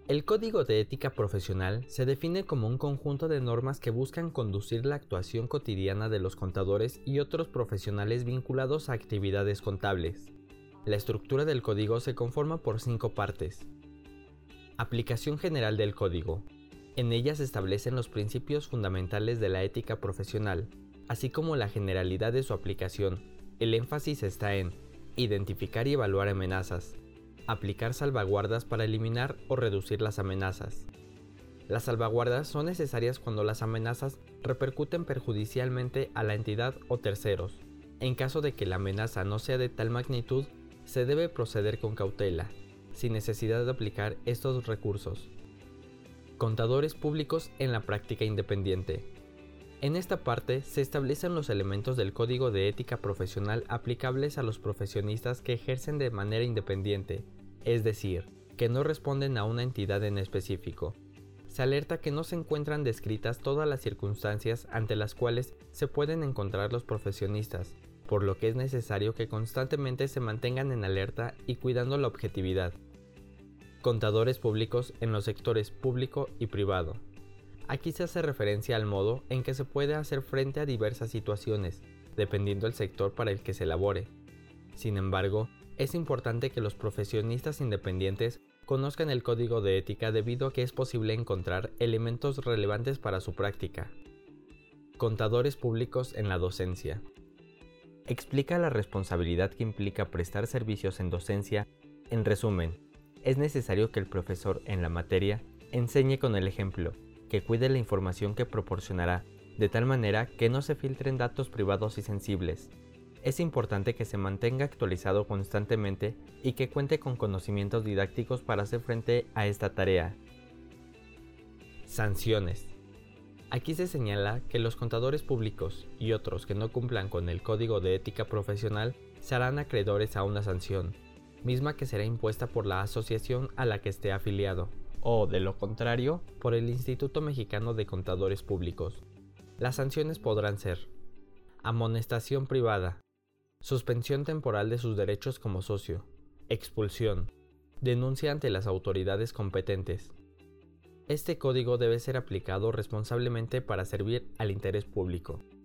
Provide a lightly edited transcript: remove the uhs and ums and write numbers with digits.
El Código de Ética Profesional se define como un conjunto de normas que buscan conducir la actuación cotidiana de los contadores y otros profesionales vinculados a actividades contables. La estructura del código se conforma por 5 partes. Aplicación general del código. En ella se establecen los principios fundamentales de la ética profesional, así como la generalidad de su aplicación. El énfasis está en identificar y evaluar amenazas, aplicar salvaguardas para eliminar o reducir las amenazas. Las salvaguardas son necesarias cuando las amenazas repercuten perjudicialmente a la entidad o terceros. En caso de que la amenaza no sea de tal magnitud, se debe proceder con cautela, sin necesidad de aplicar estos recursos. Contadores públicos en la práctica independiente. En esta parte se establecen los elementos del Código de Ética Profesional aplicables a los profesionistas que ejercen de manera independiente, es decir, que no responden a una entidad en específico. Se alerta que no se encuentran descritas todas las circunstancias ante las cuales se pueden encontrar los profesionistas, por lo que es necesario que constantemente se mantengan en alerta y cuidando la objetividad. Contadores públicos en los sectores público y privado. Aquí se hace referencia al modo en que se puede hacer frente a diversas situaciones, dependiendo del sector para el que se elabore. Sin embargo, es importante que los profesionistas independientes conozcan el código de ética debido a que es posible encontrar elementos relevantes para su práctica. Contadores públicos en la docencia. Explica la responsabilidad que implica prestar servicios en docencia. En resumen, es necesario que el profesor en la materia enseñe con el ejemplo, que cuide la información que proporcionará, de tal manera que no se filtren datos privados y sensibles. Es importante que se mantenga actualizado constantemente y que cuente con conocimientos didácticos para hacer frente a esta tarea. Sanciones. Aquí se señala que los contadores públicos y otros que no cumplan con el Código de Ética Profesional se harán acreedores a una sanción, misma que será impuesta por la asociación a la que esté afiliado, o, de lo contrario, por el Instituto Mexicano de Contadores Públicos. Las sanciones podrán ser: amonestación privada, suspensión temporal de sus derechos como socio, expulsión, denuncia ante las autoridades competentes. Este código debe ser aplicado responsablemente para servir al interés público.